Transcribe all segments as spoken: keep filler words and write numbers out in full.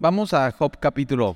vamos a Job capítulo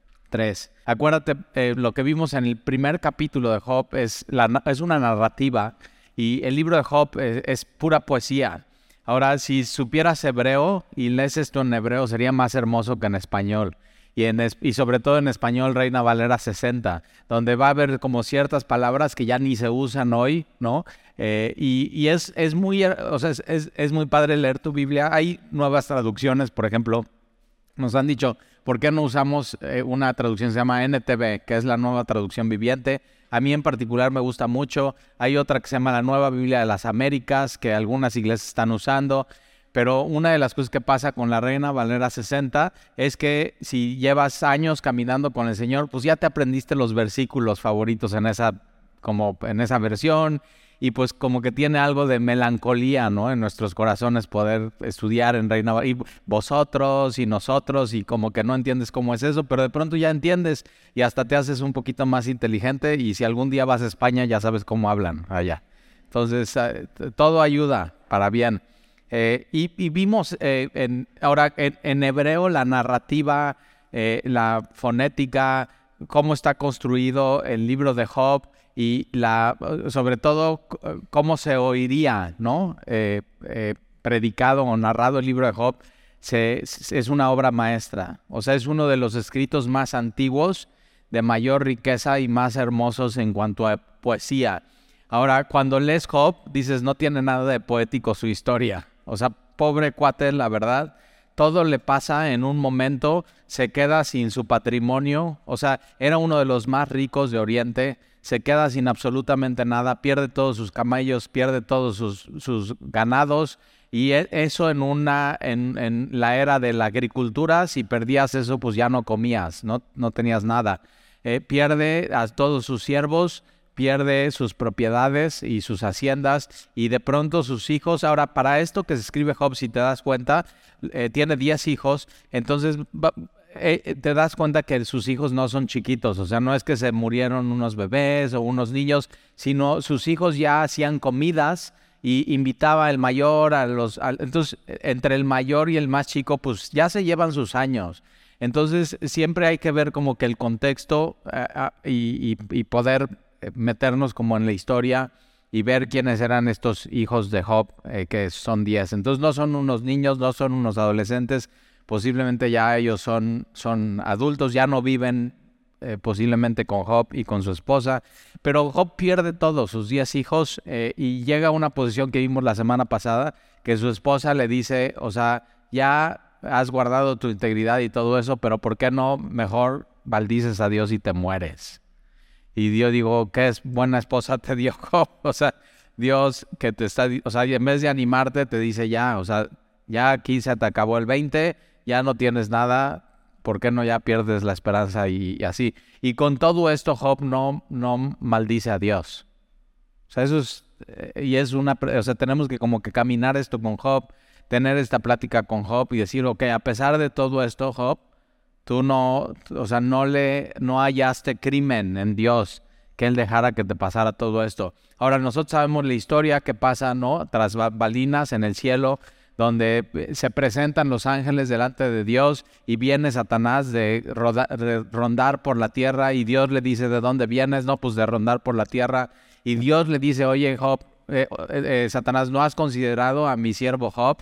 tres. Acuérdate, eh, lo que vimos en el primer capítulo de Job es, la, es una narrativa y el libro de Job es, es pura poesía. Ahora, si supieras hebreo y lees esto en hebreo, sería más hermoso que en español. Y, en, y sobre todo en español Reina Valera sesenta, donde va a haber como ciertas palabras que ya ni se usan hoy, ¿no? Eh, y y es, es, muy, o sea, es, es, es muy padre leer tu Biblia. Hay nuevas traducciones, por ejemplo, nos han dicho, ¿por qué no usamos eh, una traducción que se llama N T V, que es la nueva traducción viviente? A mí en particular me gusta mucho. Hay otra que se llama la Nueva Biblia de las Américas, que algunas iglesias están usando. Pero una de las cosas que pasa con la Reina Valera sesenta es que si llevas años caminando con el Señor, pues ya te aprendiste los versículos favoritos en esa, como en esa versión. Y pues como que tiene algo de melancolía, ¿no? En nuestros corazones poder estudiar en Reina Valera. Y vosotros y nosotros, y como que no entiendes cómo es eso, pero de pronto ya entiendes y hasta te haces un poquito más inteligente. Y si algún día vas a España, ya sabes cómo hablan allá. Entonces, eh, todo ayuda para bien. Eh, y, y vimos eh, en, ahora en, en hebreo la narrativa, eh, la fonética, cómo está construido el libro de Job. Y la, sobre todo cómo se oiría, ¿no? Eh, eh, predicado o narrado el libro de Job, se, es una obra maestra. O sea, es uno de los escritos más antiguos, de mayor riqueza y más hermosos en cuanto a poesía. Ahora, cuando lees Job, dices, no tiene nada de poético su historia. O sea, pobre cuate, la verdad. Todo le pasa en un momento, se queda sin su patrimonio. O sea, era uno de los más ricos de Oriente. Se queda sin absolutamente nada, pierde todos sus camellos, pierde todos sus, sus ganados, y eso en una en, en la era de la agricultura, si perdías eso, pues ya no comías, no, no tenías nada. Eh, pierde a todos sus siervos, pierde sus propiedades y sus haciendas, y de pronto sus hijos. Ahora, para esto que se escribe Job, si te das cuenta, eh, tiene diez hijos, entonces va, Eh, te das cuenta que sus hijos no son chiquitos, o sea, no es que se murieron unos bebés o unos niños, sino sus hijos ya hacían comidas y invitaba el mayor a los... A, entonces, entre el mayor y el más chico, pues ya se llevan sus años. Entonces, siempre hay que ver como que el contexto uh, y, y, y poder meternos como en la historia y ver quiénes eran estos hijos de Job, eh, que son diez. Entonces, no son unos niños, no son unos adolescentes. Posiblemente ya ellos son, son adultos, ya no viven eh, posiblemente con Job y con su esposa, pero Job pierde todos sus diez hijos eh, y llega a una posición que vimos la semana pasada, que su esposa le dice, o sea, ya has guardado tu integridad y todo eso, pero ¿por qué no mejor maldices a Dios y te mueres? Y Dios digo, ¿qué es buena esposa te dio Job? O sea, Dios que te está, o sea, en vez de animarte te dice ya, o sea, ya aquí se te acabó el veinte, ya no tienes nada, ¿por qué no ya pierdes la esperanza y, y así? Y con todo esto Job no, no maldice a Dios. O sea, eso es, eh, y es una, o sea, tenemos que como que caminar esto con Job, tener esta plática con Job y decir, ok, a pesar de todo esto, Job, tú no, o sea, no le, no hallaste crimen en Dios que Él dejara que te pasara todo esto. Ahora, nosotros sabemos la historia que pasa, ¿no? Tras bambalinas en el cielo, donde se presentan los ángeles delante de Dios y viene Satanás de, roda, de rondar por la tierra, y Dios le dice, ¿de dónde vienes? No, pues de rondar por la tierra. Y Dios le dice, oye Job, eh, eh, Satanás, ¿no has considerado a mi siervo Job,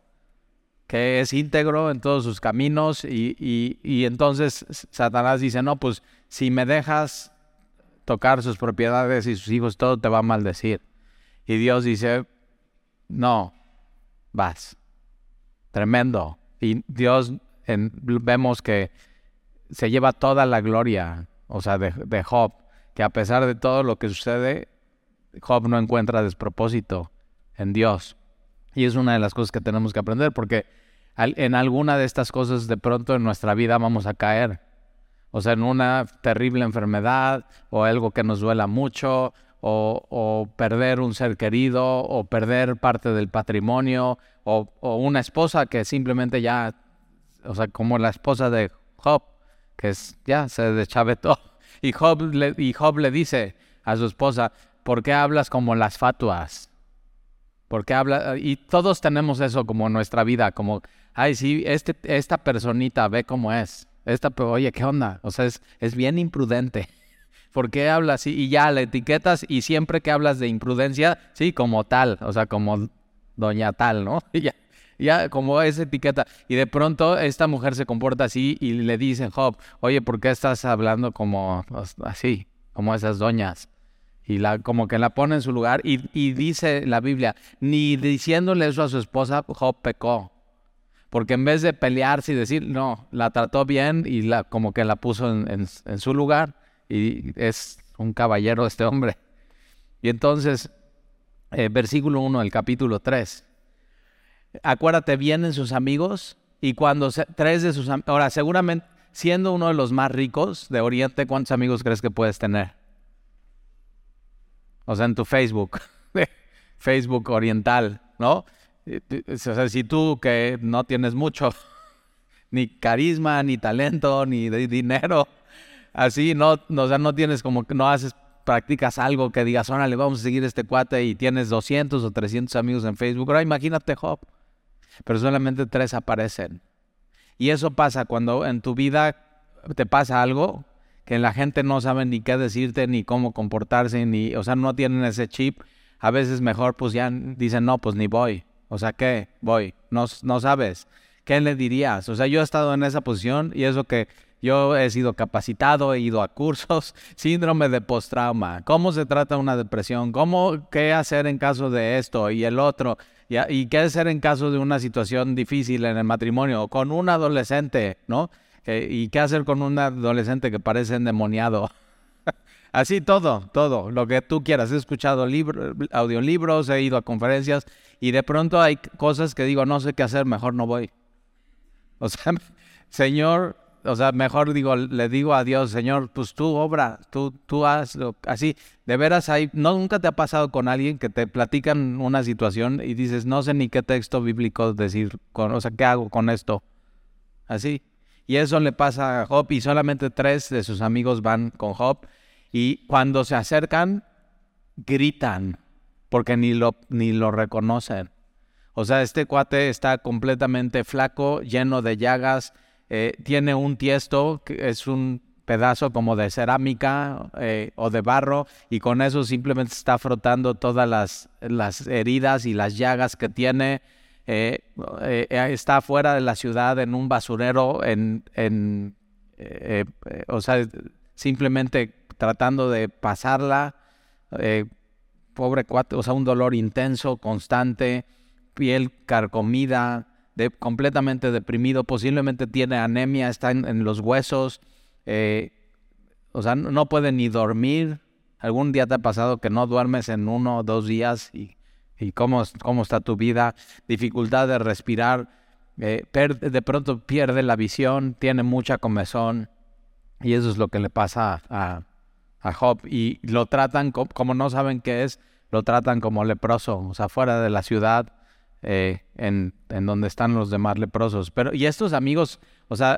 que es íntegro en todos sus caminos? Y, y, y entonces Satanás dice, no, pues si me dejas tocar sus propiedades y sus hijos, todo te va a maldecir. Y Dios dice, no, vas. Tremendo. Y Dios, en, vemos que se lleva toda la gloria, o sea, de, de Job, que a pesar de todo lo que sucede, Job no encuentra despropósito en Dios. Y es una de las cosas que tenemos que aprender, porque al, en alguna de estas cosas de pronto en nuestra vida vamos a caer. O sea, en una terrible enfermedad, o algo que nos duela mucho, O, o perder un ser querido, o perder parte del patrimonio, o, o una esposa que simplemente ya, o sea, como la esposa de Job, que es, ya se deschavetó. Y Job, le, y Job le dice a su esposa, ¿por qué hablas como las fatuas? ¿Por qué hablas? Y todos tenemos eso como en nuestra vida, como ay, sí, este, esta personita, ve cómo es. Esta, pero oye, ¿qué onda? O sea, es, es bien imprudente. ¿Por qué hablas así? Y ya la etiquetas y siempre que hablas de imprudencia, sí, como tal, o sea, como doña tal, ¿no? Y ya, ya como esa etiqueta. Y de pronto esta mujer se comporta así y le dice, Job, oye, ¿por qué estás hablando como así, como esas doñas? Y la, como que la pone en su lugar y, y dice la Biblia, ni diciéndole eso a su esposa, Job pecó. Porque en vez de pelearse y decir, no, la trató bien y la, como que la puso en, en, en su lugar. Y es un caballero este hombre. Y entonces, eh, versículo uno del capítulo tres. Acuérdate, vienen sus amigos y cuando se, tres de sus amigos... Ahora, seguramente, siendo uno de los más ricos de Oriente, ¿cuántos amigos crees que puedes tener? O sea, en tu Facebook. Facebook oriental, ¿no? O sea, si tú que no tienes mucho, ni carisma, ni talento, ni de dinero... Así, no, no, o sea, no tienes como que no haces, practicas algo que digas, órale, vamos a seguir este cuate y tienes doscientos o trescientos amigos en Facebook. Ahora imagínate Job, pero solamente tres aparecen. Y eso pasa cuando en tu vida te pasa algo que la gente no sabe ni qué decirte, ni cómo comportarse, ni, o sea, no tienen ese chip. A veces mejor pues ya dicen, no, pues ni voy. O sea, ¿qué? Voy. No, no sabes. ¿Qué le dirías? O sea, yo he estado en esa posición y eso que... Yo he sido capacitado, he ido a cursos, síndrome de postrauma, cómo se trata una depresión, cómo, qué hacer en caso de esto y el otro, y, y qué hacer en caso de una situación difícil en el matrimonio, con un adolescente, ¿no? Eh, y qué hacer con un adolescente que parece endemoniado. Así todo, todo, lo que tú quieras. He escuchado libro, audiolibros, he ido a conferencias y de pronto hay cosas que digo, no sé qué hacer, mejor no voy. O sea, Señor... O sea, mejor digo, le digo a Dios, Señor, pues tú obra, tú, tú hazlo. Así, de veras, hay, ¿no, nunca te ha pasado con alguien que te platican una situación y dices, no sé ni qué texto bíblico decir, con, o sea, ¿qué hago con esto? Así. Y eso le pasa a Job y solamente tres de sus amigos van con Job y cuando se acercan, gritan porque ni lo, ni lo reconocen. O sea, este cuate está completamente flaco, lleno de llagas. Eh, tiene un tiesto que es un pedazo como de cerámica eh, o de barro y con eso simplemente está frotando todas las, las heridas y las llagas que tiene. Eh, eh, está fuera de la ciudad en un basurero, en, en, eh, eh, o sea, simplemente tratando de pasarla. Eh, pobre cuate, o sea, un dolor intenso, constante, piel carcomida. De, completamente deprimido, posiblemente tiene anemia, está en, en los huesos, eh, o sea, no, no puede ni dormir. ¿Algún día te ha pasado que no duermes en uno o dos días? ¿Y, y cómo, cómo está tu vida? Dificultad de respirar, eh, per, de pronto pierde la visión, tiene mucha comezón, y eso es lo que le pasa a, a Job. Y lo tratan, como, como no saben qué es, lo tratan como leproso, o sea, fuera de la ciudad. Eh, en, en donde están los demás leprosos. Pero, y estos amigos, o sea,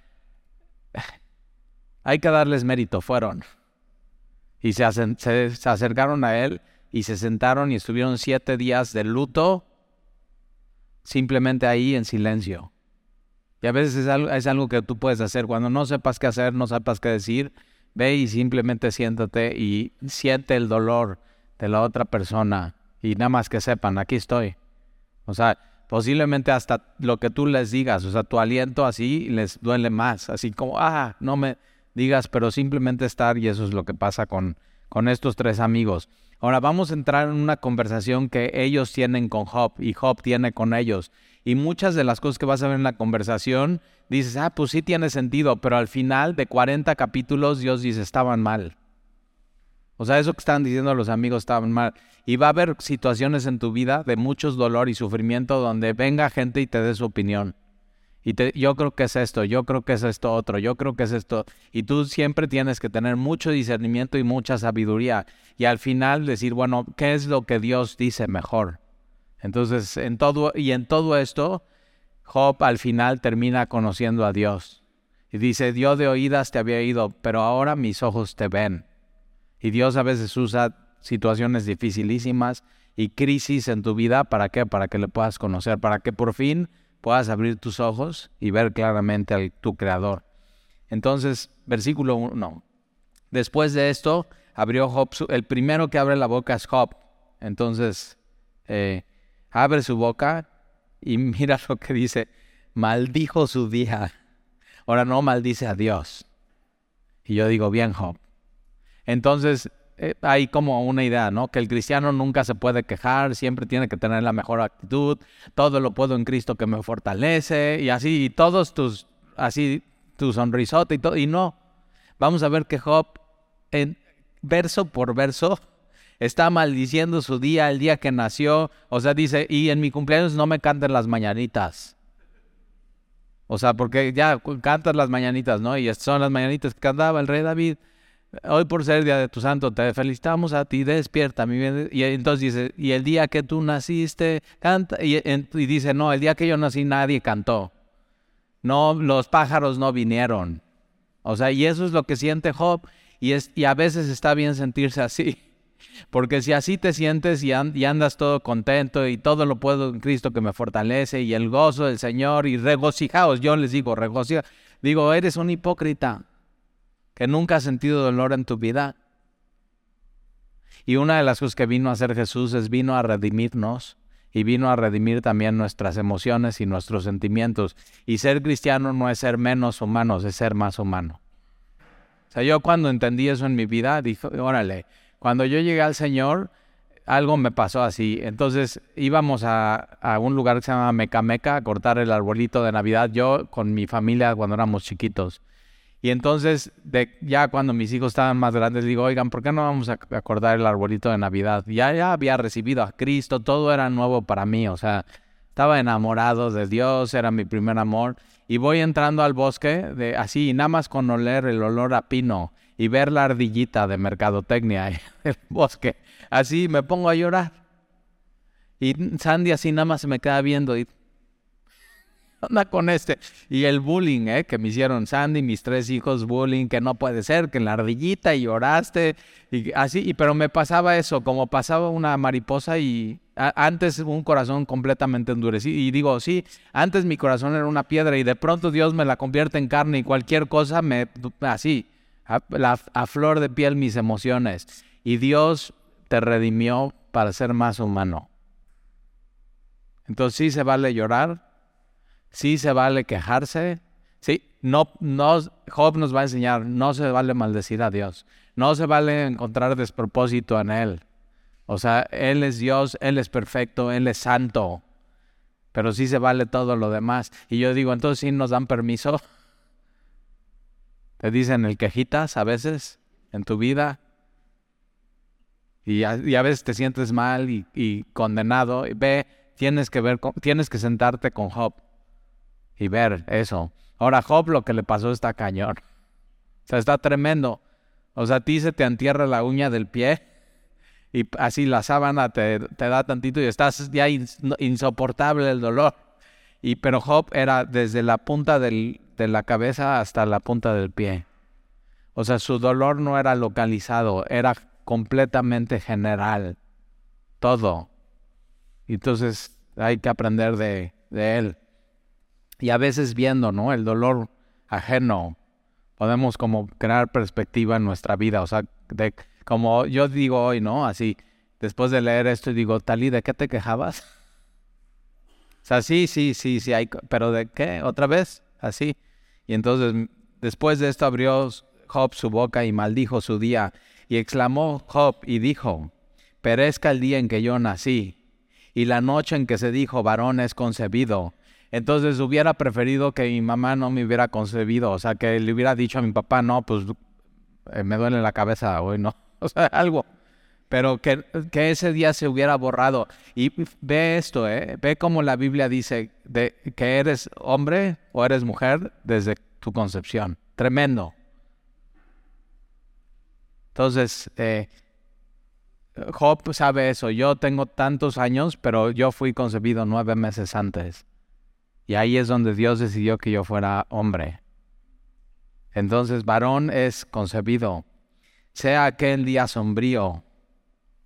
hay que darles mérito, fueron. Y se, hacen, se, se acercaron a él y se sentaron y estuvieron siete días de luto, simplemente ahí en silencio. Y a veces es algo, es algo que tú puedes hacer. Cuando no sepas qué hacer, no sepas qué decir, ve y simplemente siéntate y siente el dolor de la otra persona. Y nada más que sepan, aquí estoy. O sea, posiblemente hasta lo que tú les digas, o sea, tu aliento así les duele más, así como, ah, no me digas, pero simplemente estar, y eso es lo que pasa con, con estos tres amigos. Ahora vamos a entrar en una conversación que ellos tienen con Job y Job tiene con ellos. Y muchas de las cosas que vas a ver en la conversación, dices, ah, pues sí tiene sentido, pero al final de cuarenta capítulos Dios dice, estaban mal. O sea, eso que estaban diciendo los amigos estaban mal. Y va a haber situaciones en tu vida de mucho dolor y sufrimiento donde venga gente y te dé su opinión. Y te, yo creo que es esto, yo creo que es esto otro, yo creo que es esto. Y tú siempre tienes que tener mucho discernimiento y mucha sabiduría. Y al final decir, bueno, ¿qué es lo que Dios dice mejor? Entonces, en todo, y en todo esto, Job al final termina conociendo a Dios. Y dice, yo de oídas te había oído, pero ahora mis ojos te ven. Y Dios a veces usa situaciones dificilísimas y crisis en tu vida, ¿para qué? Para que le puedas conocer, para que por fin puedas abrir tus ojos y ver claramente a tu Creador. Entonces, versículo uno. Después de esto, abrió Job, su, el primero que abre la boca es Job. Entonces, eh, abre su boca y mira lo que dice. Maldijo su día. Ahora no maldice a Dios. Y yo digo, bien, Job. Entonces, eh, hay como una idea, ¿no? Que el cristiano nunca se puede quejar, siempre tiene que tener la mejor actitud, todo lo puedo en Cristo que me fortalece, y así, y todos tus, así, tu sonrisote y todo, y no. Vamos a ver que Job, en verso por verso, está maldiciendo su día, el día que nació. O sea, dice, y en mi cumpleaños no me canten las mañanitas. O sea, porque ya cantas las mañanitas, ¿no? Y estas son las mañanitas que cantaba el rey David. Hoy por ser el día de tu santo, te felicitamos a ti, despierta, mi bien. Y entonces dice, y el día que tú naciste, canta. Y, y dice, no, el día que yo nací nadie cantó. No, los pájaros no vinieron. O sea, y eso es lo que siente Job. Y, es, y a veces está bien sentirse así. Porque si así te sientes y, and, y andas todo contento y todo lo puedo en Cristo que me fortalece y el gozo del Señor y regocijaos, yo les digo, regocijaos. Digo, eres un hipócrita que nunca has sentido dolor en tu vida. Y una de las cosas que vino a hacer Jesús es vino a redimirnos y vino a redimir también nuestras emociones y nuestros sentimientos. Y ser cristiano no es ser menos humano, es ser más humano. O sea, yo cuando entendí eso en mi vida, dije, órale, cuando yo llegué al Señor, algo me pasó así. Entonces íbamos a, a un lugar que se llama Mecameca a cortar el arbolito de Navidad, yo con mi familia cuando éramos chiquitos. Y entonces, de, ya cuando mis hijos estaban más grandes, digo, oigan, ¿por qué no vamos a acordar el arbolito de Navidad? Ya, ya había recibido a Cristo, todo era nuevo para mí, o sea, estaba enamorado de Dios, era mi primer amor. Y voy entrando al bosque, de, así, nada más con oler el olor a pino y ver la ardillita de mercadotecnia en el bosque, así me pongo a llorar. Y Sandy así nada más se me queda viendo y... anda con este. Y el bullying, ¿eh? Que me hicieron Sandy, mis tres hijos, bullying, que no puede ser, que en la ardillita y lloraste, y así, y, pero me pasaba eso, como pasaba una mariposa y a, antes un corazón completamente endurecido. Y digo, sí, antes mi corazón era una piedra y de pronto Dios me la convierte en carne y cualquier cosa me, así, a, la, a flor de piel mis emociones. Y Dios te redimió para ser más humano. Entonces sí se vale llorar. Sí se vale quejarse, sí, no, no, Job nos va a enseñar, no se vale maldecir a Dios, no se vale encontrar despropósito en Él. O sea, Él es Dios, Él es perfecto, Él es santo, pero sí se vale todo lo demás. Y yo digo, entonces sí nos dan permiso. Te dicen el quejitas a veces en tu vida y a, y a veces te sientes mal y, y condenado. Y ve, tienes que ver, tienes que sentarte con Job y ver eso. Ahora, Job lo que le pasó está cañón. O sea, está tremendo. O sea, a ti se te entierra la uña del pie y así la sábana te, te da tantito y estás ya ins, insoportable el dolor. Y, pero Job era desde la punta del, de la cabeza hasta la punta del pie. O sea, su dolor no era localizado, era completamente general. Todo. Entonces, hay que aprender de, de él. Y a veces viendo, ¿no?, el dolor ajeno, podemos como crear perspectiva en nuestra vida. O sea, de, como yo digo hoy, ¿no? Así, después de leer esto, digo, Talí, ¿de qué te quejabas? O sea, sí, sí, sí, sí, hay, pero ¿de qué? ¿Otra vez? Así. Y entonces, después de esto abrió Job su boca y maldijo su día. Y exclamó Job y dijo, perezca el día en que yo nací, y la noche en que se dijo, varón es concebido. Entonces hubiera preferido que mi mamá no me hubiera concebido, o sea, que le hubiera dicho a mi papá, no, pues eh, me duele la cabeza hoy, no, o sea, algo. Pero que, que ese día se hubiera borrado. Y ve esto, ¿eh? Ve cómo la Biblia dice de, que eres hombre o eres mujer desde tu concepción. Tremendo. Entonces, eh, Job sabe eso. Yo tengo tantos años, pero yo fui concebido nueve meses antes. Y ahí es donde Dios decidió que yo fuera hombre. Entonces, varón es concebido. Sea aquel día sombrío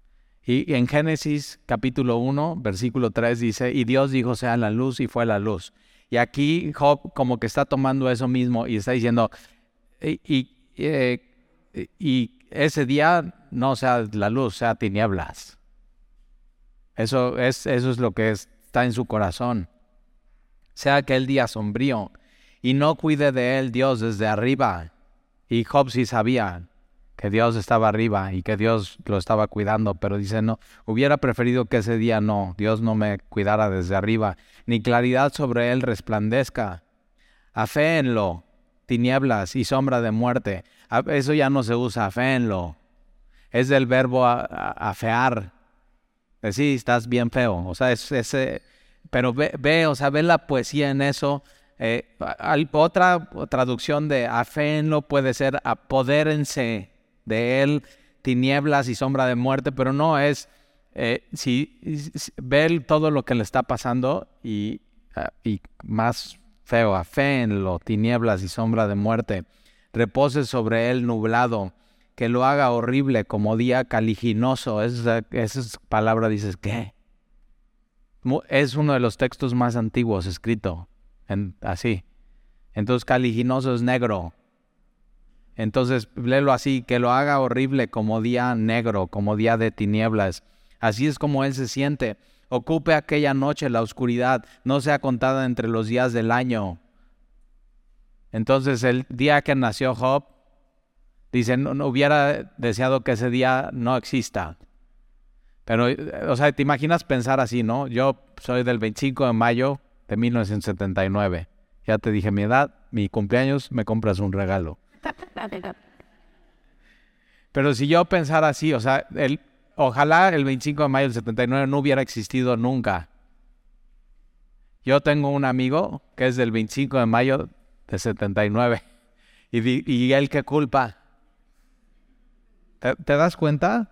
Y en Génesis capítulo uno, versículo tres dice, y Dios dijo sea la luz y fue la luz. Y aquí Job como que está tomando eso mismo y está diciendo, y, y, eh, y ese día no sea la luz, sea tinieblas. Eso es, eso es lo que es, está en su corazón. Sea aquel día sombrío y no cuide de él Dios desde arriba. Y Job sí sabía que Dios estaba arriba y que Dios lo estaba cuidando, pero dice, no, hubiera preferido que ese día no, Dios no me cuidara desde arriba, ni claridad sobre él resplandezca. Aféenlo, tinieblas y sombra de muerte. Eso ya no se usa, aféenlo. Es del verbo a, a, afear. Sí, estás bien feo. O sea, es ese, pero ve, ve, o sea, ve la poesía en eso. Eh, otra traducción de aféenlo puede ser apodérense de él, tinieblas y sombra de muerte, pero no es, eh, si, si ve todo lo que le está pasando y, uh, y más feo, aféenlo, tinieblas y sombra de muerte, repose sobre él nublado, que lo haga horrible como día caliginoso. Esa, esa palabra dices, ¿qué? Es uno de los textos más antiguos escrito en, así. Entonces caliginoso es negro. Entonces léelo así, que lo haga horrible como día negro, como día de tinieblas. Así es como él se siente. Ocupe aquella noche la oscuridad, no sea contada entre los días del año. Entonces el día que nació Job, dice, no, no hubiera deseado que ese día no exista. Pero, o sea, te imaginas pensar así, ¿no? Yo soy del veinticinco de mayo de mil novecientos setenta y nueve. Ya te dije mi edad, mi cumpleaños, me compras un regalo. Pero si yo pensara así, o sea, el, ojalá el veinticinco de mayo del setenta y nueve no hubiera existido nunca. Yo tengo un amigo que es del veinticinco de mayo del setenta y nueve. Y, di, y él, ¿qué culpa? ¿Te, ¿Te das cuenta?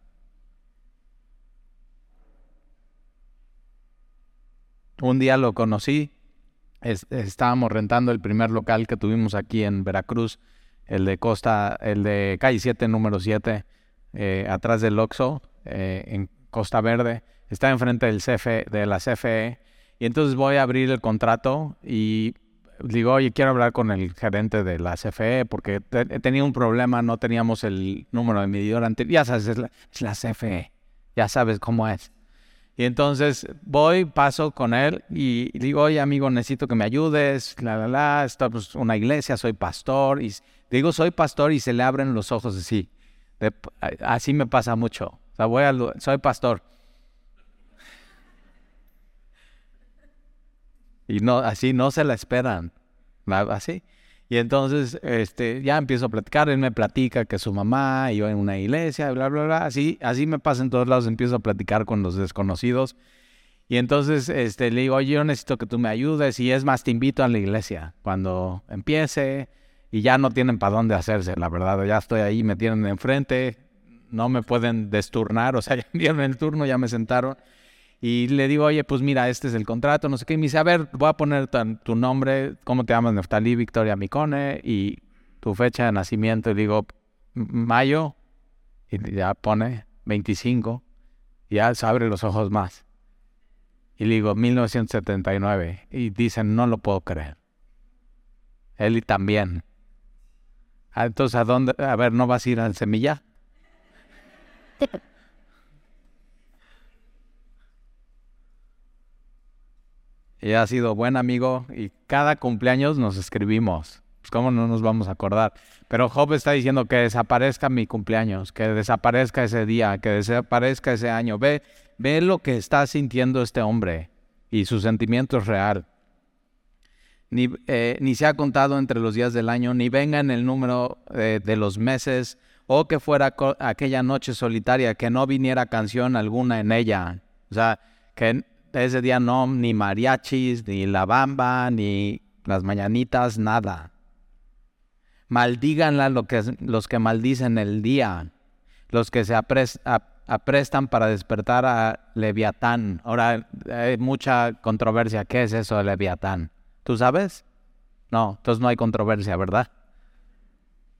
Un día lo conocí, es, estábamos rentando el primer local que tuvimos aquí en Veracruz, el de Costa, el de calle siete, número siete, eh, atrás del Oxxo, eh, en Costa Verde. Está enfrente del C F E, de la C F E, y entonces voy a abrir el contrato y digo, oye, quiero hablar con el gerente de la C F E porque te, tenía un problema, no teníamos el número de medidor anterior. Ya sabes, es la, es la C F E, ya sabes cómo es. Y entonces voy, paso con él y digo, oye amigo, necesito que me ayudes, la, la, la, estamos en una iglesia, soy pastor. Y digo, soy pastor y se le abren los ojos así. De, así me pasa mucho. O sea, voy a, soy pastor. Y no, así no se la esperan, así. Y entonces este, ya empiezo a platicar, él me platica que su mamá, y yo en una iglesia, bla, bla, bla, así, así me pasa en todos lados, empiezo a platicar con los desconocidos. Y entonces este, le digo, oye, yo necesito que tú me ayudes, y es más, te invito a la iglesia cuando empiece, y ya no tienen para dónde hacerse, la verdad, ya estoy ahí, me tienen enfrente, no me pueden desturnar, o sea, ya me dieron el turno, ya me sentaron. Y le digo, oye, pues mira, este es el contrato, no sé qué. Y me dice, a ver, voy a poner tu, tu nombre, ¿cómo te llamas? Neftalí Victoria Micone, y tu fecha de nacimiento. Y digo, mayo, y ya pone veinticinco, y ya se abre los ojos más. Y le digo, mil novecientos setenta y nueve. Y dicen, no lo puedo creer. Él también. Ah, entonces, ¿a dónde? A ver, ¿no vas a ir al Semilla? Y ha sido buen amigo y cada cumpleaños nos escribimos. Pues cómo no nos vamos a acordar. Pero Job está diciendo que desaparezca mi cumpleaños, que desaparezca ese día, que desaparezca ese año. Ve, ve lo que está sintiendo este hombre y su sentimiento es real. Ni, eh, ni se ha contado entre los días del año, ni venga en el número eh, de los meses, o que fuera aquella noche solitaria, que no viniera canción alguna en ella. O sea, que ese día no, ni mariachis, ni la bamba, ni las mañanitas, nada. Maldíganla lo que, los que maldicen el día, los que se apres, ap, aprestan para despertar a Leviatán. Ahora, hay mucha controversia. ¿Qué es eso de Leviatán? ¿Tú sabes? No, entonces no hay controversia, ¿verdad?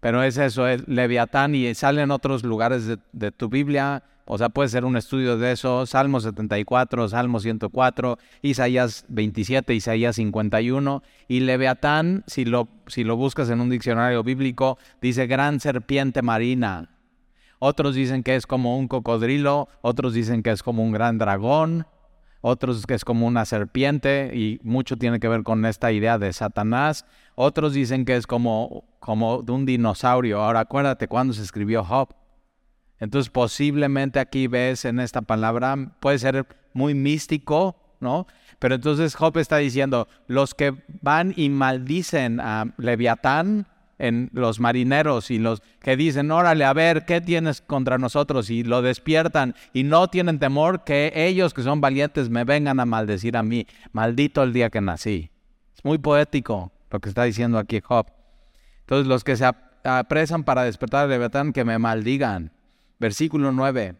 Pero es eso, es Leviatán, y sale en otros lugares de, de tu Biblia. O sea, puede ser un estudio de eso. Salmo setenta y cuatro, Salmo ciento cuatro, Isaías veintisiete, Isaías cincuenta y uno. Y Leviatán, si lo, si lo buscas en un diccionario bíblico, dice gran serpiente marina. Otros dicen que es como un cocodrilo, otros dicen que es como un gran dragón, otros que es como una serpiente, y mucho tiene que ver con esta idea de Satanás. Otros dicen que es como, como de un dinosaurio. Ahora acuérdate cuando se escribió Job. Entonces posiblemente aquí ves en esta palabra, puede ser muy místico, ¿no? Pero entonces Job está diciendo, los que van y maldicen a Leviatán, en los marineros, y los que dicen, órale, a ver, ¿qué tienes contra nosotros? Y lo despiertan y no tienen temor que ellos que son valientes me vengan a maldecir a mí. Maldito el día que nací. Es muy poético lo que está diciendo aquí Job. Entonces los que se apresan para despertar a Leviatán, que me maldigan. Versículo nueve.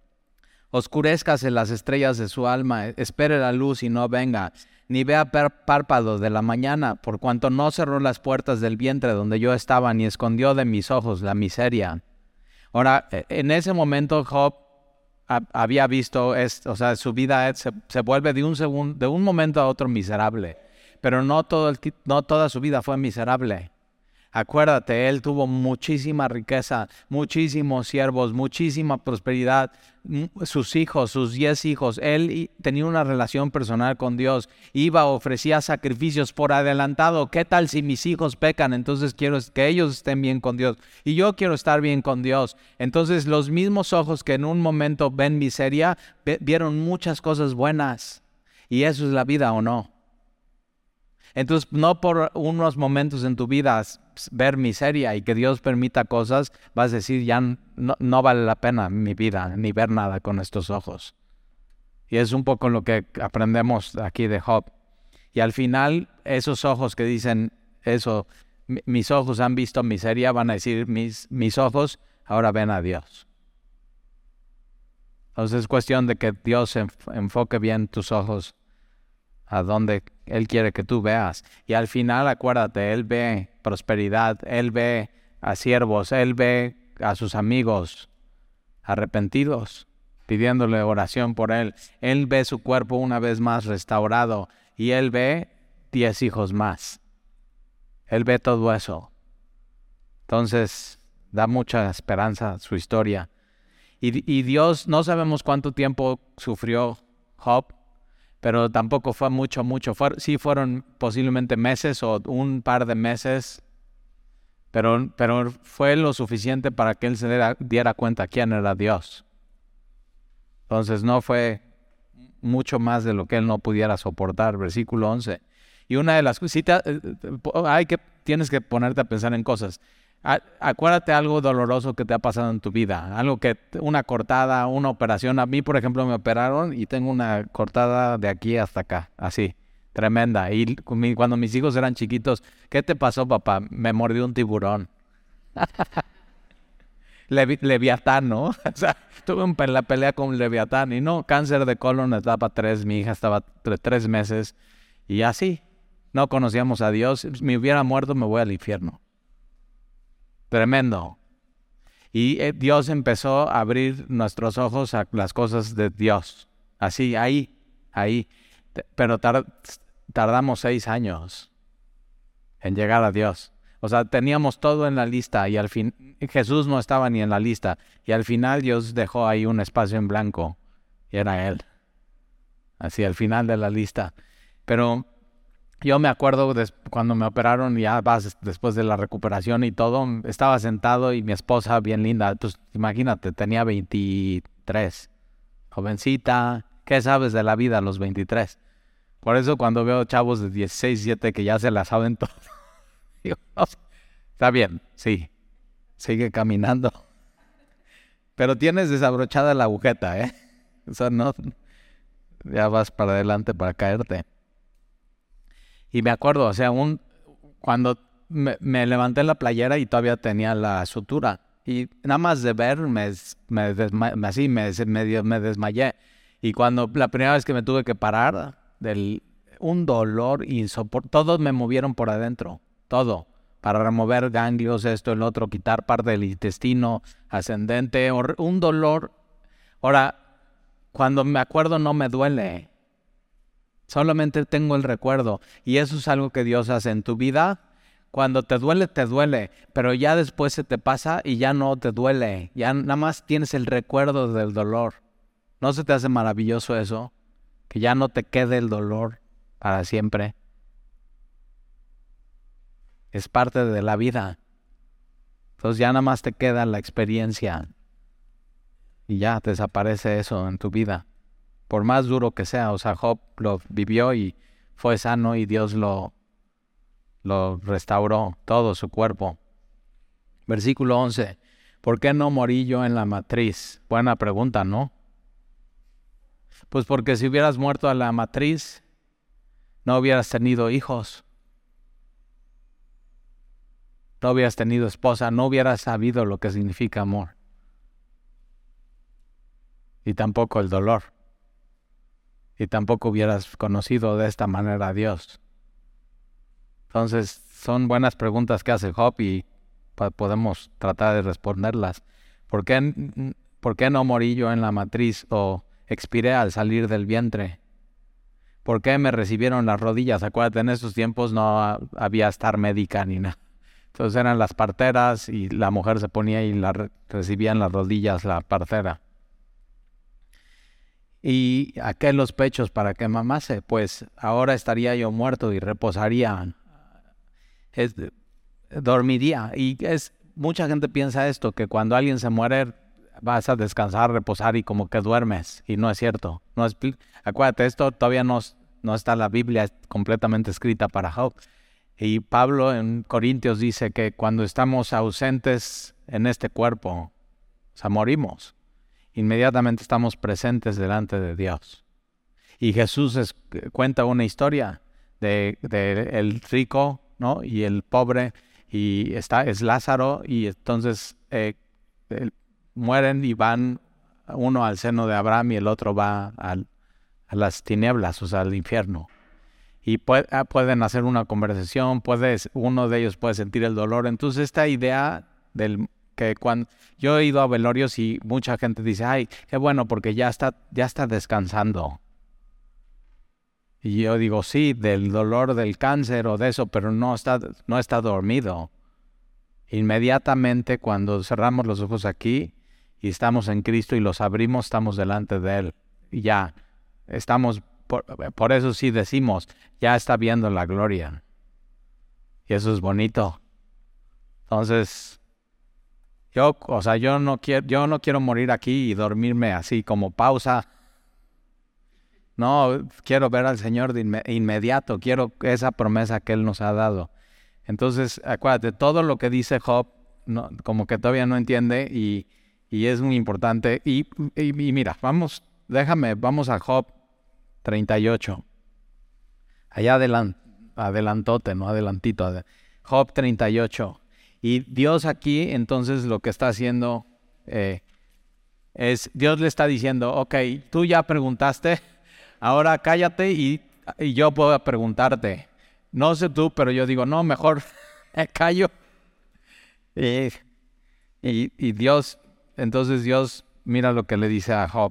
Oscurezcase las estrellas de su alma, espere la luz y no venga, ni vea párpado de la mañana, por cuanto no cerró las puertas del vientre donde yo estaba, ni escondió de mis ojos la miseria. Ahora, en ese momento Job había visto, esto, o sea, su vida se, se vuelve de un, segundo, de un momento a otro miserable, pero no, todo el, no toda su vida fue miserable. Acuérdate, él tuvo muchísima riqueza, muchísimos siervos, muchísima prosperidad, sus hijos, sus diez hijos. Él tenía una relación personal con Dios, iba, ofrecía sacrificios por adelantado. ¿Qué tal si mis hijos pecan? Entonces quiero que ellos estén bien con Dios y yo quiero estar bien con Dios. Entonces los mismos ojos que en un momento ven miseria, vieron muchas cosas buenas. Y eso es la vida, ¿o no? Entonces, no por unos momentos en tu vida ver miseria y que Dios permita cosas, vas a decir, ya no, no vale la pena mi vida, ni ver nada con estos ojos. Y es un poco lo que aprendemos aquí de Job. Y al final, esos ojos que dicen eso, mis ojos han visto miseria, van a decir, mis, mis ojos ahora ven a Dios. Entonces es cuestión de que Dios enfoque bien tus ojos a donde Él quiere que tú veas. Y al final, acuérdate, Él ve prosperidad, Él ve a siervos, Él ve a sus amigos arrepentidos, pidiéndole oración por Él. Él ve su cuerpo una vez más restaurado y Él ve diez hijos más. Él ve todo eso. Entonces, da mucha esperanza su historia. Y, y Dios, no sabemos cuánto tiempo sufrió Job, pero tampoco fue mucho, mucho. Fue, sí fueron posiblemente meses o un par de meses, pero, pero fue lo suficiente para que él se diera, diera cuenta quién era Dios. Entonces no fue mucho más de lo que él no pudiera soportar. Versículo once. Y una de las cosas, sí hay que, tienes que ponerte a pensar en cosas. Acuérdate algo doloroso que te ha pasado en tu vida, algo que, una cortada, una operación. A mí, por ejemplo, me operaron y tengo una cortada de aquí hasta acá, así, tremenda. Y cuando mis hijos eran chiquitos, ¿qué te pasó, papá? Me mordió un tiburón. Levi, Leviatán, ¿no? O sea, tuve la pelea con Leviatán y no, cáncer de colon etapa tres, mi hija estaba tre, tres meses y así, no conocíamos a Dios. Si me hubiera muerto, me voy al infierno. Tremendo. Y eh, Dios empezó a abrir nuestros ojos a las cosas de Dios. Así, ahí, ahí. Pero tar, tardamos seis años en llegar a Dios. O sea, teníamos todo en la lista y al fin Jesús no estaba ni en la lista. Y al final Dios dejó ahí un espacio en blanco y era Él. Así, al final de la lista. Pero yo me acuerdo des, cuando me operaron, ya vas después de la recuperación y todo, estaba sentado y mi esposa bien linda, pues imagínate, tenía veintitrés, jovencita, ¿qué sabes de la vida a los veintitrés? Por eso cuando veo chavos de dieciséis, diecisiete que ya se la saben todo, digo, no, está bien, sí, sigue caminando, pero tienes desabrochada la agujeta, ¿eh? O sea, no, ya vas para adelante para caerte. Y me acuerdo, o sea, un, cuando me, me levanté la playera y todavía tenía la sutura. Y nada más de ver, me, me, desma, así, me, me, me desmayé. Y cuando la primera vez que me tuve que parar, del, un dolor insoportable, todos me movieron por adentro, todo. para remover ganglios, esto, el otro, quitar parte del intestino ascendente, o un dolor. Ahora, cuando me acuerdo no me duele, solamente tengo el recuerdo, y eso es algo que Dios hace en tu vida. Cuando te duele, te duele, pero ya después se te pasa y ya no te duele, ya nada más tienes el recuerdo del dolor. ¿No se te hace maravilloso eso? Que ya no te quede el dolor para siempre. Es parte de la vida. Entonces ya nada más te queda la experiencia y ya desaparece eso en tu vida. Por más duro que sea, o sea, Job lo vivió y fue sano y Dios lo, lo restauró, todo su cuerpo. Versículo once. ¿Por qué no morí yo en la matriz? Buena pregunta, ¿no? Pues porque si hubieras muerto a la matriz, no hubieras tenido hijos. No hubieras tenido esposa, no hubieras sabido lo que significa amor. Y tampoco el dolor. Y tampoco hubieras conocido de esta manera a Dios. Entonces, son buenas preguntas que hace Job y podemos tratar de responderlas. ¿Por qué, ¿Por qué no morí yo en la matriz o expiré al salir del vientre? ¿Por qué me recibieron las rodillas? Acuérdate, en esos tiempos no había estar médica ni nada. Entonces eran las parteras y la mujer se ponía y la re- recibía en las rodillas la partera. ¿Y a qué los pechos para que mamase? Pues ahora estaría yo muerto y reposaría, es, dormiría. Y es mucha gente piensa esto, que cuando alguien se muere vas a descansar, reposar y como que duermes. Y no es cierto. No es, acuérdate, esto todavía no, no está en la Biblia completamente escrita para Job. Y Pablo en Corintios dice que cuando estamos ausentes en este cuerpo, o sea, morimos, inmediatamente estamos presentes delante de Dios. Y Jesús es, cuenta una historia de, de el rico, ¿no? Y el pobre, y está, es Lázaro, y entonces eh, el, mueren y van uno al seno de Abraham y el otro va al, a las tinieblas, o sea, al infierno. Y puede, pueden hacer una conversación, puedes, uno de ellos puede sentir el dolor. Entonces esta idea del que cuando yo he ido a velorios y mucha gente dice, ay, qué bueno porque ya está, ya está descansando. Y yo digo, sí, del dolor del cáncer o de eso, pero no está, no está dormido. Inmediatamente cuando cerramos los ojos aquí y estamos en Cristo y los abrimos, estamos delante de Él. Y ya, estamos... Por, por eso sí decimos, ya está viendo la gloria. Y eso es bonito. Entonces, yo, o sea, yo no quiero, yo no quiero morir aquí y dormirme así como pausa. No, quiero ver al Señor de inme- inmediato. Quiero esa promesa que Él nos ha dado. Entonces, acuérdate, todo lo que dice Job, no, como que todavía no entiende y, y es muy importante. Y, y, y mira, vamos, déjame, vamos a Job treinta y ocho. Allá adelant, adelantote, no adelantito. Job treinta y ocho. Y Dios aquí, entonces, lo que está haciendo eh, es, Dios le está diciendo, ok, tú ya preguntaste, ahora cállate y, y yo puedo preguntarte. No sé tú, pero yo digo, no, mejor me callo. Y, y, y Dios, entonces Dios, mira lo que le dice a Job.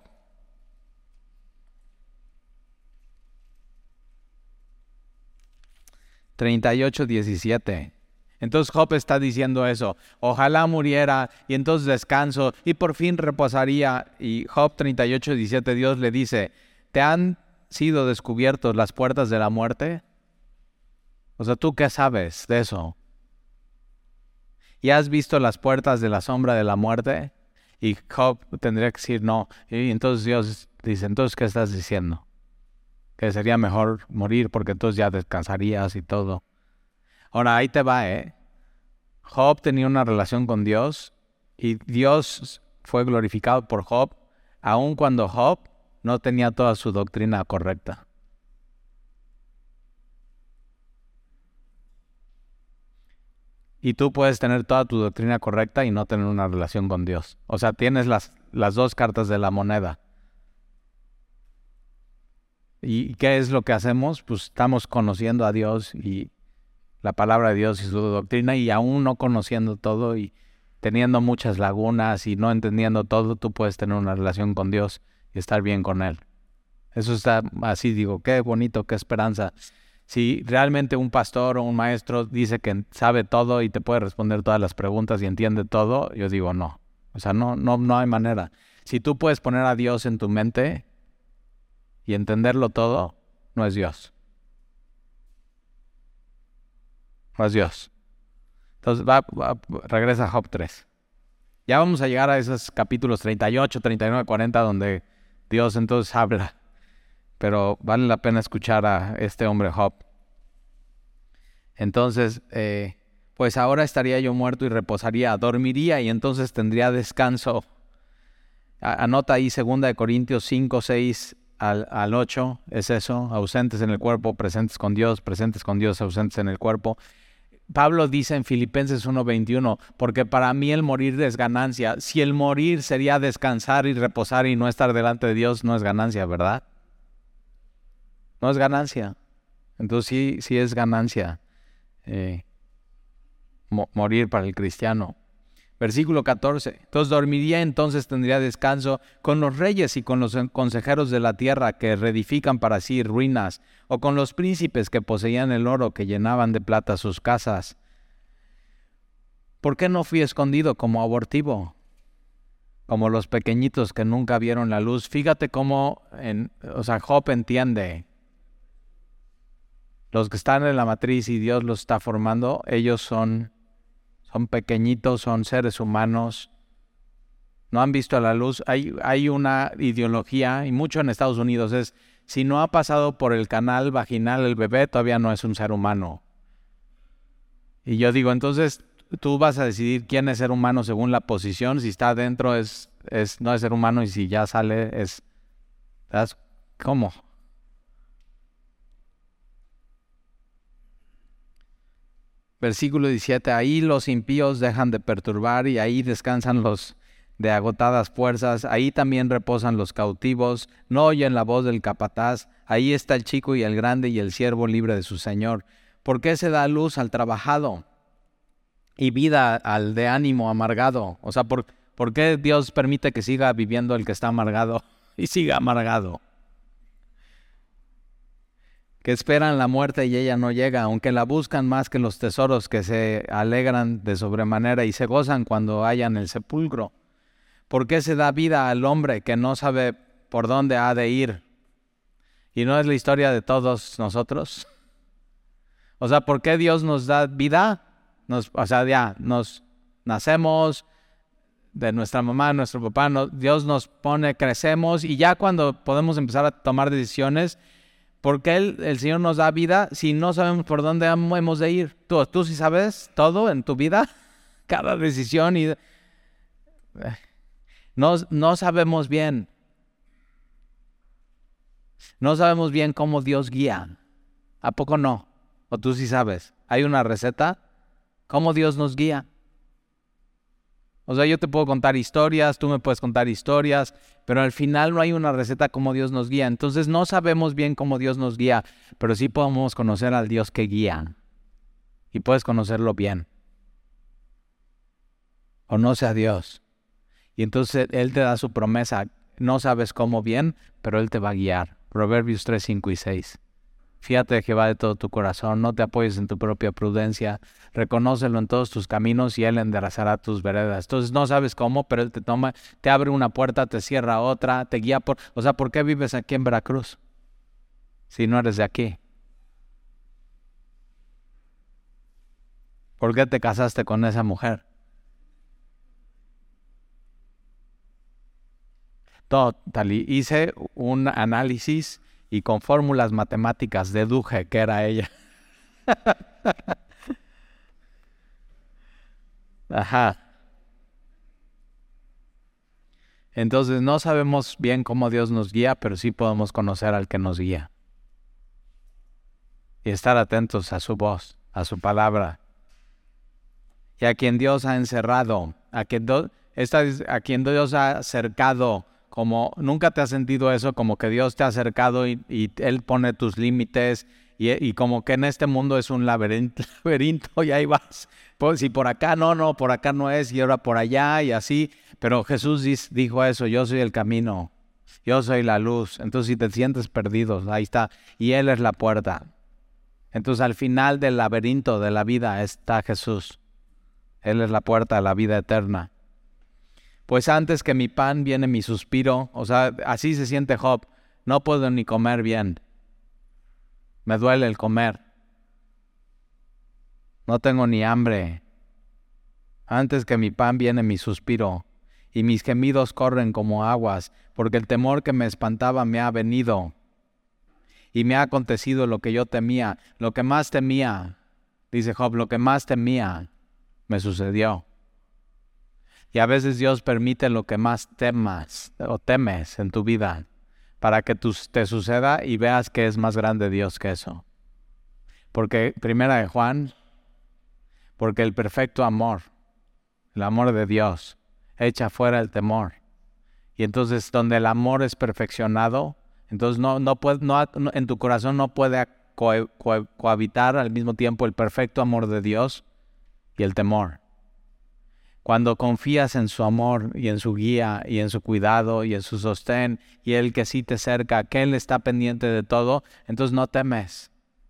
treinta y ocho, diecisiete. Entonces Job está diciendo eso. Ojalá muriera y entonces descanso y por fin reposaría. Y Job treinta y ocho, diecisiete, Dios le dice, ¿te han sido descubiertos las puertas de la muerte? O sea, ¿tú qué sabes de eso? ¿Y has visto las puertas de la sombra de la muerte? Y Job tendría que decir no. Y entonces Dios dice, ¿entonces qué estás diciendo? Que sería mejor morir porque entonces ya descansarías y todo. Ahora, ahí te va, ¿eh? Job tenía una relación con Dios y Dios fue glorificado por Job, aun cuando Job no tenía toda su doctrina correcta. Y tú puedes tener toda tu doctrina correcta y no tener una relación con Dios. O sea, tienes las, las dos cartas de la moneda. ¿Y qué es lo que hacemos? Pues estamos conociendo a Dios y la palabra de Dios y su doctrina, y aún no conociendo todo y teniendo muchas lagunas y no entendiendo todo, tú puedes tener una relación con Dios y estar bien con Él. Eso está así, digo, qué bonito, qué esperanza. Si realmente un pastor o un maestro dice que sabe todo y te puede responder todas las preguntas y entiende todo, yo digo no. O sea, no, no, no hay manera. Si tú puedes poner a Dios en tu mente y entenderlo todo, no es Dios. No es Dios. Entonces, va, va, regresa a Job tres. Ya vamos a llegar a esos capítulos treinta y ocho, treinta y nueve, cuarenta, donde Dios entonces habla. Pero vale la pena escuchar a este hombre Job. Entonces, eh, pues ahora estaría yo muerto y reposaría, dormiría y entonces tendría descanso. A- anota ahí segunda de Corintios cinco, seis al, al ocho, es eso, ausentes en el cuerpo, presentes con Dios, presentes con Dios, ausentes en el cuerpo. Pablo dice en Filipenses uno veintiuno, porque para mí el morir es ganancia. Si el morir sería descansar y reposar y no estar delante de Dios, no es ganancia, ¿verdad? No es ganancia. Entonces sí, sí es ganancia eh, mo- morir para el cristiano. Versículo catorce. Entonces dormiría, entonces tendría descanso con los reyes y con los consejeros de la tierra que reedifican para sí ruinas, o con los príncipes que poseían el oro, que llenaban de plata sus casas. ¿Por qué no fui escondido como abortivo? Como los pequeñitos que nunca vieron la luz. Fíjate cómo, en, o sea, Job entiende. Los que están en la matriz y Dios los está formando, ellos son, son pequeñitos, son seres humanos, no han visto la luz. Hay, hay una ideología, y mucho en Estados Unidos, es si no ha pasado por el canal vaginal el bebé, todavía no es un ser humano. Y yo digo, entonces tú vas a decidir quién es ser humano según la posición. Si está adentro es, es, no es ser humano, y si ya sale es... ¿sabes? ¿Cómo? Versículo diecisiete, ahí los impíos dejan de perturbar y ahí descansan los de agotadas fuerzas, ahí también reposan los cautivos, no oyen la voz del capataz, ahí está el chico y el grande y el siervo libre de su señor. ¿Por qué se da luz al trabajado y vida al de ánimo amargado? O sea, ¿por, ¿por qué Dios permite que siga viviendo el que está amargado y siga amargado? Que esperan la muerte y ella no llega, aunque la buscan más que los tesoros, que se alegran de sobremanera y se gozan cuando hallan el sepulcro. ¿Por qué se da vida al hombre que no sabe por dónde ha de ir? ¿Y no es la historia de todos nosotros? O sea, ¿por qué Dios nos da vida? Nos, o sea, ya, nos nacemos de nuestra mamá, nuestro papá, no, Dios nos pone, crecemos, y ya cuando podemos empezar a tomar decisiones, ¿por qué el, el Señor nos da vida si no sabemos por dónde hemos de ir? ¿Tú, tú sí sabes todo en tu vida? Cada decisión y... No, no sabemos bien. No sabemos bien cómo Dios guía. ¿A poco no? ¿O tú sí sabes? ¿Hay una receta? ¿Cómo Dios nos guía? O sea, yo te puedo contar historias, tú me puedes contar historias, pero al final no hay una receta cómo Dios nos guía. Entonces no sabemos bien cómo Dios nos guía, pero sí podemos conocer al Dios que guía. Y puedes conocerlo bien. Conoce a Dios. Y entonces Él te da su promesa. No sabes cómo bien, pero Él te va a guiar. Proverbios tres, cinco y seis. Fíjate de Jehová de todo tu corazón, no te apoyes en tu propia prudencia, reconócelo en todos tus caminos y Él enderezará tus veredas. Entonces no sabes cómo, pero Él te toma, te abre una puerta, te cierra otra, te guía por... O sea, ¿por qué vives aquí en Veracruz? Si no eres de aquí. ¿Por qué te casaste con esa mujer? Total, hice un análisis y con fórmulas matemáticas deduje que era ella. Ajá. Entonces no sabemos bien cómo Dios nos guía, pero sí podemos conocer al que nos guía. Y estar atentos a su voz, a su palabra. Y a quien Dios ha encerrado, a quien, do, esta, a quien Dios ha acercado. Como nunca te has sentido eso, como que Dios te ha acercado y, y Él pone tus límites y, y como que en este mundo es un laberinto, laberinto y ahí vas. Pues, si por acá no, no, por acá no es, y ahora por allá y así. Pero Jesús dis, dijo eso, yo soy el camino, yo soy la luz. Entonces si te sientes perdido, ahí está. Y Él es la puerta. Entonces al final del laberinto de la vida está Jesús. Él es la puerta a la vida eterna. Pues antes que mi pan viene mi suspiro. O sea, así se siente Job. No puedo ni comer bien. Me duele el comer. No tengo ni hambre. Antes que mi pan viene mi suspiro. Y mis gemidos corren como aguas, porque el temor que me espantaba me ha venido. Y me ha acontecido lo que yo temía. Lo que más temía, dice Job, lo que más temía me sucedió. Y a veces Dios permite lo que más temas o temes en tu vida para que tu, te suceda y veas que es más grande Dios que eso. Porque, primera de Juan, porque el perfecto amor, el amor de Dios, echa fuera el temor. Y entonces donde el amor es perfeccionado, entonces no, no puede, no, en tu corazón no puede co, co, cohabitar al mismo tiempo el perfecto amor de Dios y el temor. Cuando confías en su amor y en su guía y en su cuidado y en su sostén y Él que sí te cerca, que Él está pendiente de todo, entonces no temes.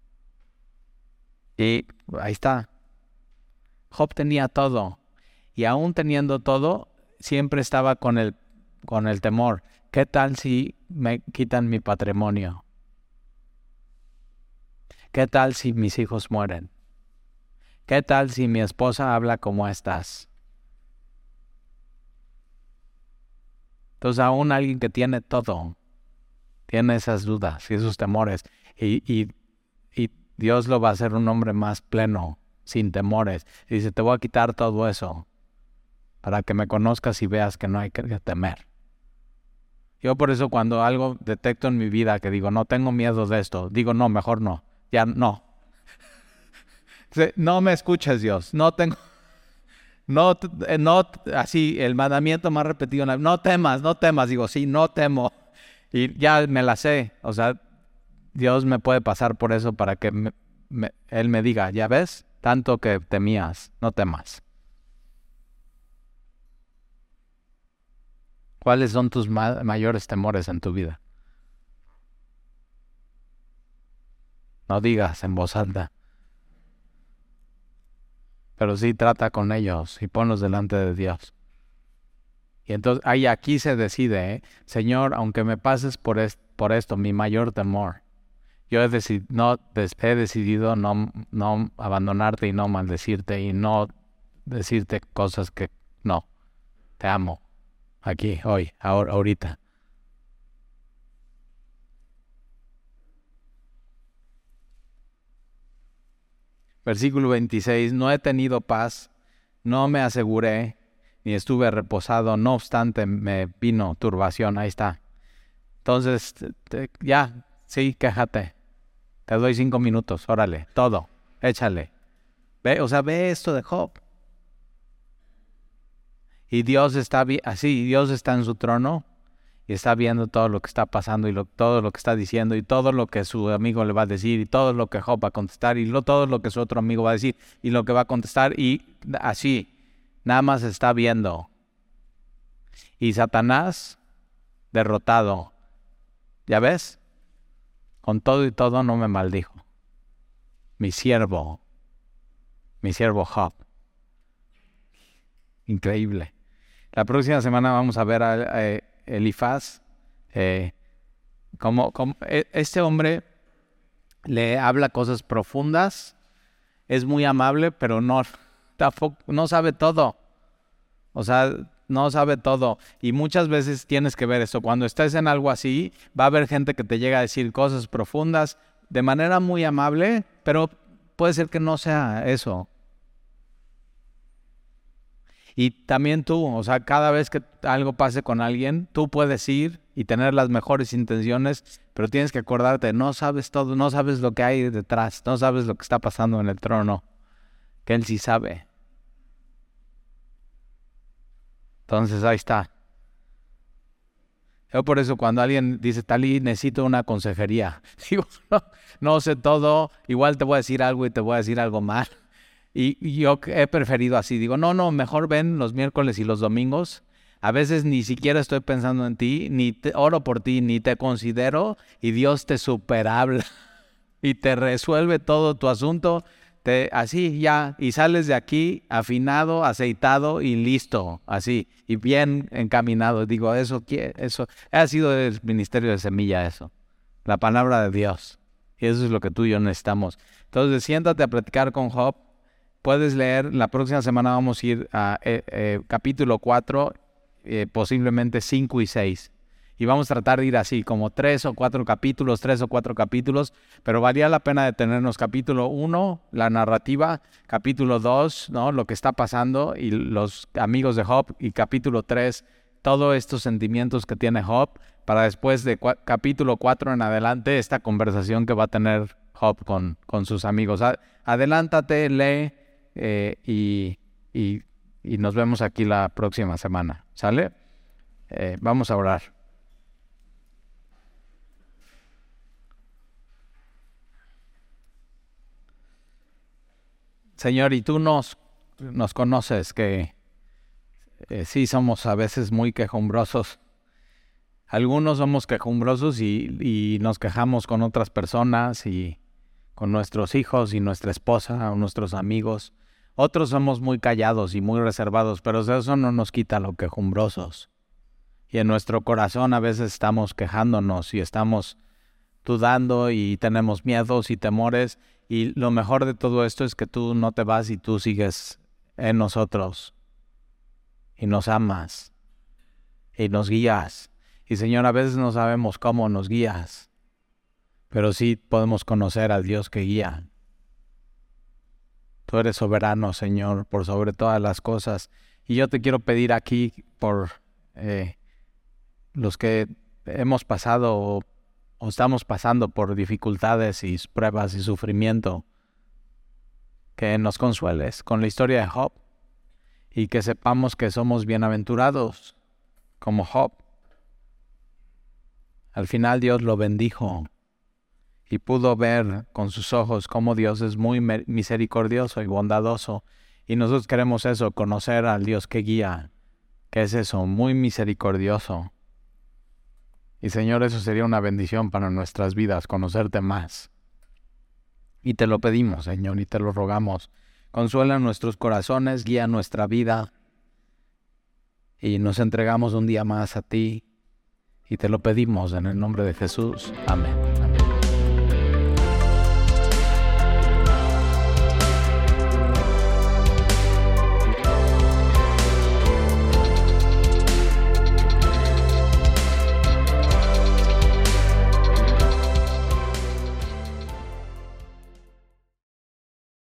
Y ahí está. Job tenía todo. Y aún teniendo todo, siempre estaba con el, con el temor. ¿Qué tal si me quitan mi patrimonio? ¿Qué tal si mis hijos mueren? ¿Qué tal si mi esposa habla como estás? Entonces aún alguien que tiene todo, tiene esas dudas y esos temores. Y, y, y Dios lo va a hacer un hombre más pleno, sin temores. Y dice, te voy a quitar todo eso para que me conozcas y veas que no hay que temer. Yo por eso cuando algo detecto en mi vida que digo, no tengo miedo de esto, digo, no, mejor no, ya no. No me escuches, Dios, no tengo... No, no, así, el mandamiento más repetido, no temas, no temas, digo, sí, no temo, y ya me la sé, o sea, Dios me puede pasar por eso para que me, me, Él me diga, ya ves, tanto que temías, no temas. ¿Cuáles son tus ma- mayores temores en tu vida? No digas en voz alta. Pero sí trata con ellos y ponlos delante de Dios. Y entonces ahí aquí se decide, ¿eh? Señor, aunque me pases por, est por esto, mi mayor temor, yo he, deci no, des he decidido no, no abandonarte y no maldecirte y no decirte cosas que no, te amo, aquí, hoy, ahora, ahorita. Versículo veintiséis, no he tenido paz, no me aseguré, ni estuve reposado, no obstante me vino turbación, ahí está. Entonces, te, ya, sí, quéjate, te doy cinco minutos, órale, todo, échale. Ve, o sea, ve esto de Job. Y Dios está así, Dios está en su trono y está viendo todo lo que está pasando y lo, todo lo que está diciendo y todo lo que su amigo le va a decir y todo lo que Job va a contestar y lo, todo lo que su otro amigo va a decir y lo que va a contestar y así, nada más está viendo. Y Satanás derrotado, ¿ya ves? Con todo y todo no me maldijo. Mi siervo, mi siervo Job. Increíble. La próxima semana vamos a ver a, a Elifaz. Eh, como, como, este hombre le habla cosas profundas, es muy amable, pero no, tampoco, no sabe todo. O sea, no sabe todo. Y muchas veces tienes que ver esto. Cuando estés en algo así, va a haber gente que te llega a decir cosas profundas de manera muy amable, pero puede ser que no sea eso. Y también tú, o sea, cada vez que algo pase con alguien, tú puedes ir y tener las mejores intenciones, pero tienes que acordarte, no sabes todo, no sabes lo que hay detrás, no sabes lo que está pasando en el trono, que Él sí sabe. Entonces ahí está. Yo por eso cuando alguien dice, Tali, necesito una consejería, digo, no, no sé todo, igual te voy a decir algo y te voy a decir algo mal. Y, y yo he preferido así, digo, no, no, mejor ven los miércoles y los domingos. A veces ni siquiera estoy pensando en ti, ni te, oro por ti, ni te considero, y Dios te superhabla y te resuelve todo tu asunto. Te, así ya, y sales de aquí afinado, aceitado y listo, así, y bien encaminado. Digo, eso, eso ha sido el ministerio de Semilla, eso, la palabra de Dios, y eso es lo que tú y yo necesitamos. Entonces, siéntate a platicar con Job, puedes leer, la próxima semana vamos a ir a eh, eh, capítulo cuatro, eh, posiblemente cinco y seis. Y vamos a tratar de ir así, como tres o cuatro capítulos, tres o cuatro capítulos, pero valía la pena detenernos capítulo uno, la narrativa, capítulo dos, ¿no? Lo que está pasando y los amigos de Job, y capítulo tres, todos estos sentimientos que tiene Job, para después de cua- capítulo cuatro en adelante, esta conversación que va a tener Job con, con sus amigos. A- adelántate, lee eh, y, y, y nos vemos aquí la próxima semana, ¿sale? Eh, vamos a orar. Señor, y tú nos, nos conoces que eh, sí somos a veces muy quejumbrosos. Algunos somos quejumbrosos y, y nos quejamos con otras personas y con nuestros hijos y nuestra esposa o nuestros amigos. Otros somos muy callados y muy reservados, pero eso no nos quita lo quejumbrosos. Y en nuestro corazón a veces estamos quejándonos y estamos dudando y tenemos miedos y temores, y lo mejor de todo esto es que tú no te vas y tú sigues en nosotros y nos amas y nos guías. Y Señor, a veces no sabemos cómo nos guías, pero sí podemos conocer al Dios que guía. Tú eres soberano, Señor, por sobre todas las cosas. Y yo te quiero pedir aquí por eh, los que hemos pasado o o estamos pasando por dificultades y pruebas y sufrimiento, que nos consueles con la historia de Job y que sepamos que somos bienaventurados como Job. Al final Dios lo bendijo y pudo ver con sus ojos cómo Dios es muy misericordioso y bondadoso, y nosotros queremos eso, conocer al Dios que guía, que es eso, muy misericordioso. Y Señor, eso sería una bendición para nuestras vidas, conocerte más. Y te lo pedimos, Señor, y te lo rogamos. Consuela nuestros corazones, guía nuestra vida. Y nos entregamos un día más a ti. Y te lo pedimos en el nombre de Jesús. Amén.